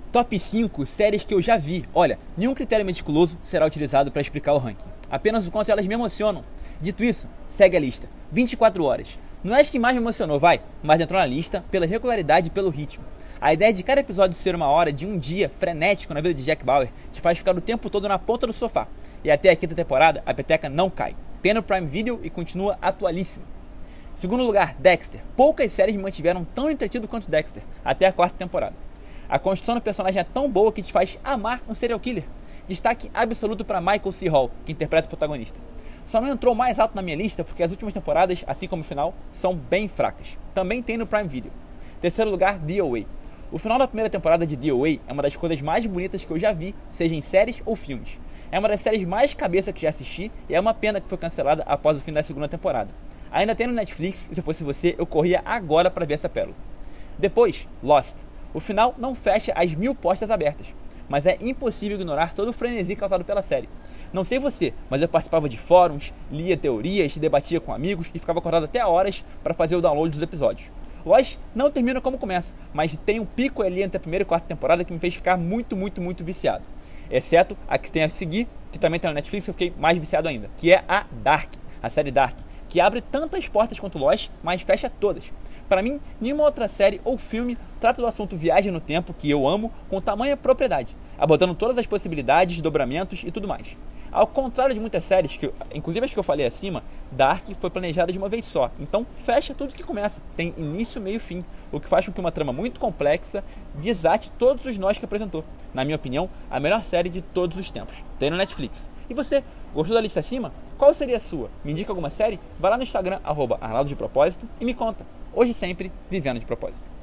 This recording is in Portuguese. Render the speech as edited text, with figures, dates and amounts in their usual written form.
Top 5 séries que eu já vi. Olha, nenhum critério meticuloso será utilizado para explicar o ranking. Apenas o quanto elas me emocionam. Dito isso, segue a lista. 24 horas. Não é as que mais me emocionou, mas entrou na lista pela regularidade e pelo ritmo. A ideia de cada episódio ser uma hora de um dia frenético na vida de Jack Bauer te faz ficar o tempo todo na ponta do sofá. E até a quinta temporada, a peteca não cai. Tem no Prime Video e continua atualíssima. Segundo lugar, Dexter. Poucas séries me mantiveram tão entretido quanto Dexter, até a quarta temporada. A construção do personagem é tão boa que te faz amar um serial killer. Destaque absoluto para Michael C. Hall, que interpreta o protagonista. Só não entrou mais alto na minha lista porque as últimas temporadas, assim como o final, são bem fracas. Também tem no Prime Video. Terceiro lugar, DOA. O final da primeira temporada de DOA é uma das coisas mais bonitas que eu já vi, seja em séries ou filmes. É uma das séries mais cabeça que já assisti e é uma pena que foi cancelada após o fim da segunda temporada. Ainda tem no Netflix e se eu fosse você, eu corria agora para ver essa pérola. Depois, Lost. O final não fecha as 1000 postas abertas, mas é impossível ignorar todo o frenesi causado pela série. Não sei você, mas eu participava de fóruns, lia teorias, debatia com amigos e ficava acordado até horas para fazer o download dos episódios. Lost não termina como começa, mas tem um pico ali entre a primeira e quarta temporada que me fez ficar muito viciado. Exceto a que tem a seguir, que também tem na Netflix, eu fiquei mais viciado ainda, que é a Dark, a série Dark, que abre tantas portas quanto Lost, mas fecha todas. Para mim, nenhuma outra série ou filme trata do assunto viagem no tempo, que eu amo, com tamanha propriedade, abordando todas as possibilidades, desdobramentos e tudo mais. Ao contrário de muitas séries, inclusive as que eu falei acima, Dark foi planejada de uma vez só, então fecha tudo que começa, tem início, meio e fim, o que faz com que uma trama muito complexa desate todos os nós que apresentou. Na minha opinião, a melhor série de todos os tempos. Tem no Netflix. E você, gostou da lista acima? Qual seria a sua? Me indica alguma série? Vai lá no Instagram, @ArnaldoDePropósito e me conta. Hoje sempre, vivendo de propósito.